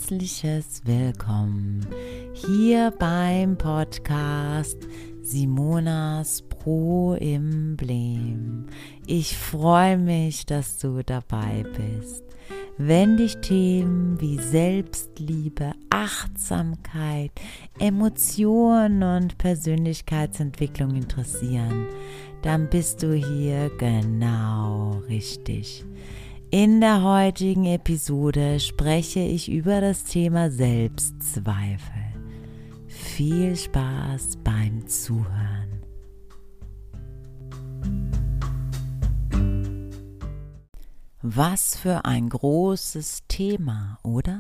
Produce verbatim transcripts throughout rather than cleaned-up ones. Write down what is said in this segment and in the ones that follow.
herzliches Willkommen hier beim Podcast Simonas Pro-Emblem. Ich freue mich, dass du dabei bist. Wenn dich Themen wie Selbstliebe, Achtsamkeit, Emotionen und Persönlichkeitsentwicklung interessieren, dann bist du hier genau richtig. In der heutigen Episode spreche ich über das Thema Selbstzweifel. Viel Spaß beim Zuhören. Was für ein großes Thema, oder?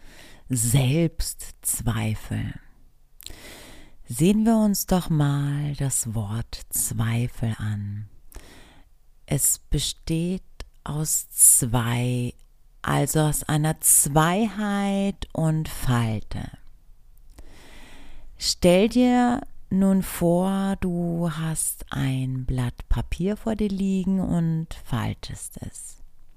Selbstzweifel. Sehen wir uns doch mal das Wort Zweifel an. Es besteht aus zwei, also aus einer Zweiheit und Falte. Stell dir nun vor, du hast ein Blatt Papier vor dir liegen und faltest es.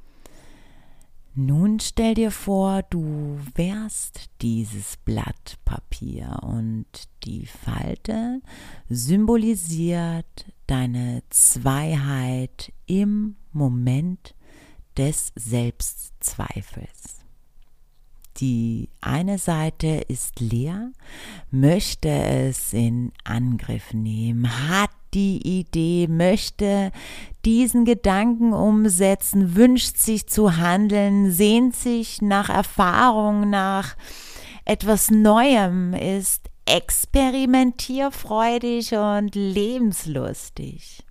Nun stell dir vor, du wärst dieses Blatt Papier und die Falte symbolisiert deine Zweiheit im Moment des Selbstzweifels. Die eine Seite ist leer, möchte es in Angriff nehmen, hat die Idee, möchte diesen Gedanken umsetzen, wünscht sich zu handeln, sehnt sich nach Erfahrung, nach etwas Neuem, ist experimentierfreudig und lebenslustig.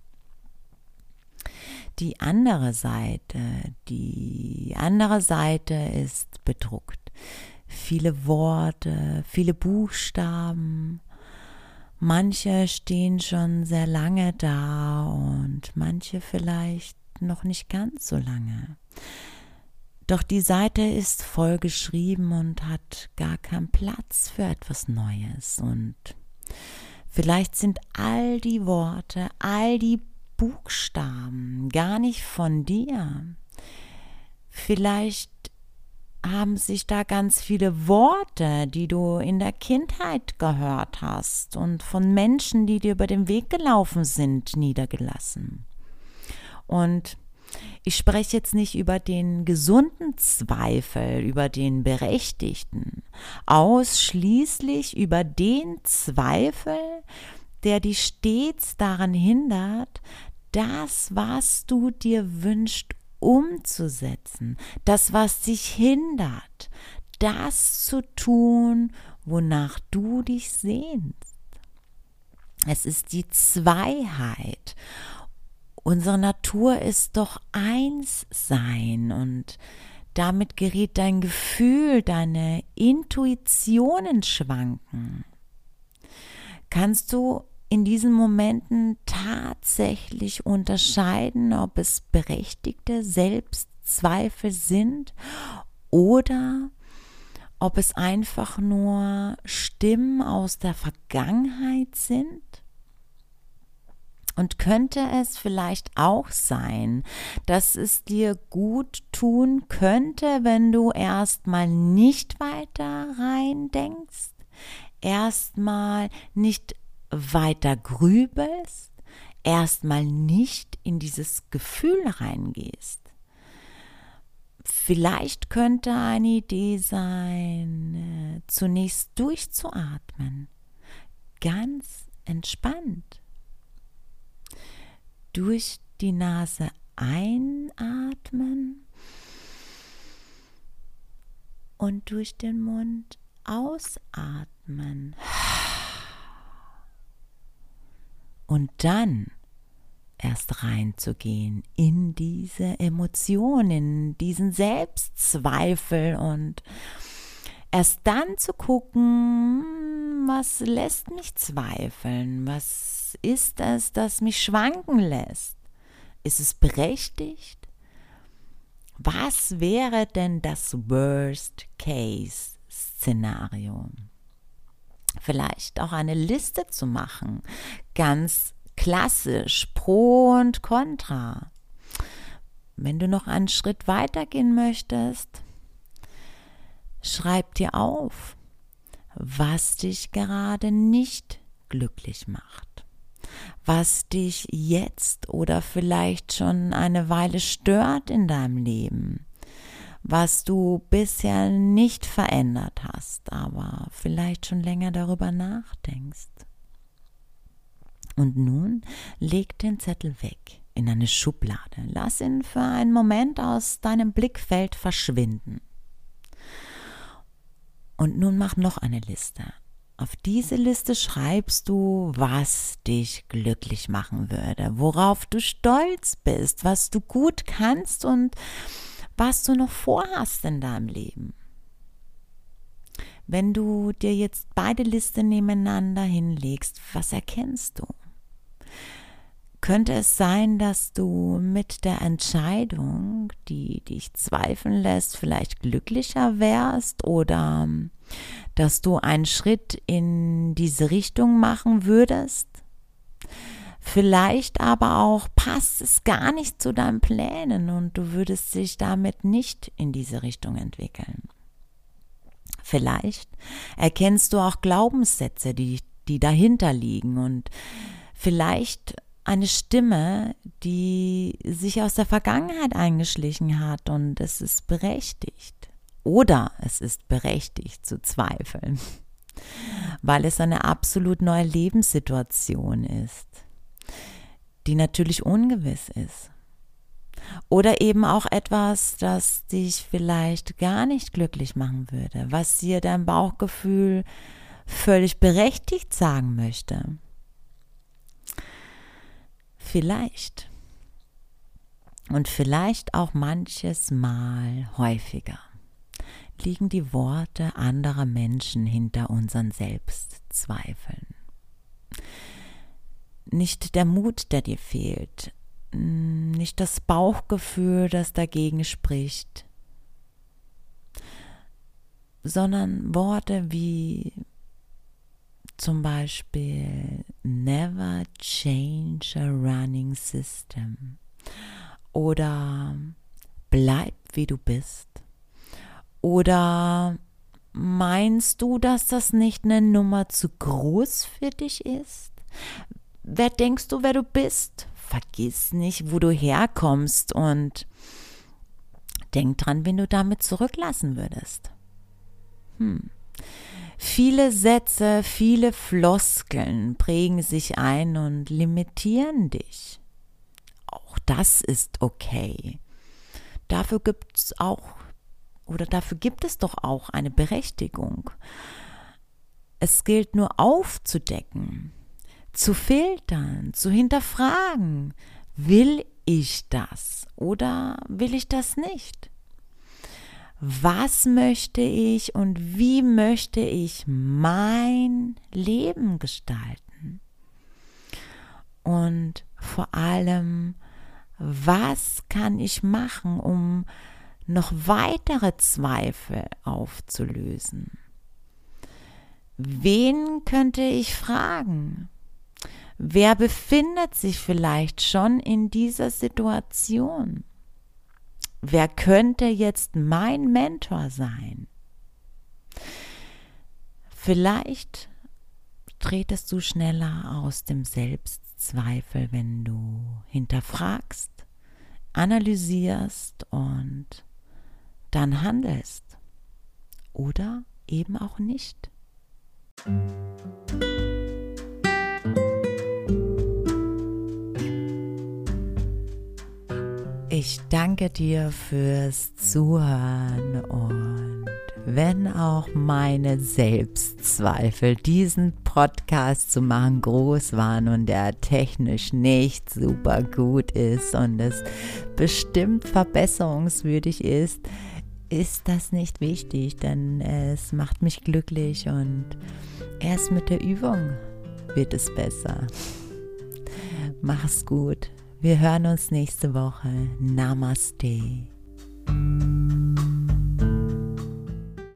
Die andere Seite, die andere Seite ist bedruckt. Viele Worte, viele Buchstaben, manche stehen schon sehr lange da und manche vielleicht noch nicht ganz so lange. Doch die Seite ist voll geschrieben und hat gar keinen Platz für etwas Neues. Und vielleicht sind all die Worte, all die Buchstaben gar nicht von dir. Vielleicht haben sich da ganz viele Worte, die du in der Kindheit gehört hast und von Menschen, die dir über den Weg gelaufen sind, niedergelassen. Und ich spreche jetzt nicht über den gesunden Zweifel, über den berechtigten, ausschließlich über den Zweifel, der dich stets daran hindert, das, was du dir wünschst, umzusetzen, das, was dich hindert, das zu tun, wonach du dich sehnst. Es ist die Zweiheit. Unsere Natur ist doch eins sein und damit gerät dein Gefühl, deine Intuition ins Schwanken. Kannst du in diesen Momenten tatsächlich unterscheiden, ob es berechtigte Selbstzweifel sind oder ob es einfach nur Stimmen aus der Vergangenheit sind? Und könnte es vielleicht auch sein, dass es dir gut tun könnte, wenn du erstmal nicht weiter rein denkst, erstmal nicht weiter grübelst, erstmal nicht in dieses Gefühl reingehst. Vielleicht könnte eine Idee sein, zunächst durchzuatmen, ganz entspannt. Durch die Nase einatmen und durch den Mund ausatmen. Und dann erst reinzugehen in diese Emotionen, in diesen Selbstzweifel und erst dann zu gucken, was lässt mich zweifeln, was ist es, das mich schwanken lässt? Ist es berechtigt? Was wäre denn das Worst-Case-Szenario? Vielleicht auch eine Liste zu machen, ganz klassisch, Pro und Contra. Wenn du noch einen Schritt weiter gehen möchtest, schreib dir auf, was dich gerade nicht glücklich macht, was dich jetzt oder vielleicht schon eine Weile stört in deinem Leben, was du bisher nicht verändert hast, aber vielleicht schon länger darüber nachdenkst. Und nun leg den Zettel weg in eine Schublade, lass ihn für einen Moment aus deinem Blickfeld verschwinden. Und nun mach noch eine Liste. Auf diese Liste schreibst du, was dich glücklich machen würde, worauf du stolz bist, was du gut kannst und was du noch vorhast in deinem Leben. Wenn du dir jetzt beide Listen nebeneinander hinlegst, was erkennst du? Könnte es sein, dass du mit der Entscheidung, die dich zweifeln lässt, vielleicht glücklicher wärst oder dass du einen Schritt in diese Richtung machen würdest? Vielleicht aber auch passt es gar nicht zu deinen Plänen und du würdest dich damit nicht in diese Richtung entwickeln. Vielleicht erkennst du auch Glaubenssätze, die, die dahinter liegen und vielleicht eine Stimme, die sich aus der Vergangenheit eingeschlichen hat und es ist berechtigt. Oder es ist berechtigt zu zweifeln, weil es eine absolut neue Lebenssituation ist, die natürlich ungewiss ist. Oder eben auch etwas, das dich vielleicht gar nicht glücklich machen würde, was dir dein Bauchgefühl völlig berechtigt sagen möchte. Vielleicht und vielleicht auch manches Mal häufiger liegen die Worte anderer Menschen hinter unseren Selbstzweifeln. Nicht der Mut, der dir fehlt, nicht das Bauchgefühl, das dagegen spricht, sondern Worte wie zum Beispiel never change a running system oder bleib wie du bist oder meinst du, dass das nicht eine Nummer zu groß für dich ist? Wer denkst du, wer du bist? Vergiss nicht, wo du herkommst und denk dran, wen du damit zurücklassen würdest. Hm. Viele Sätze, viele Floskeln prägen sich ein und limitieren dich. Auch das ist okay. Dafür gibt es auch, oder dafür gibt es doch auch eine Berechtigung. Es gilt nur aufzudecken, zu filtern, zu hinterfragen. Will ich das oder will ich das nicht? Was möchte ich und wie möchte ich mein Leben gestalten? Und vor allem, was kann ich machen, um noch weitere Zweifel aufzulösen? Wen könnte ich fragen? Wer befindet sich vielleicht schon in dieser Situation? Wer könnte jetzt mein Mentor sein? Vielleicht tretest du schneller aus dem Selbstzweifel, wenn du hinterfragst, analysierst und dann handelst. Oder eben auch nicht. Ich danke dir fürs Zuhören und wenn auch meine Selbstzweifel, diesen Podcast zu machen, groß waren und der technisch nicht super gut ist und es bestimmt verbesserungswürdig ist, ist das nicht wichtig, denn es macht mich glücklich und erst mit der Übung wird es besser. Mach's gut. Wir hören uns nächste Woche. Namaste.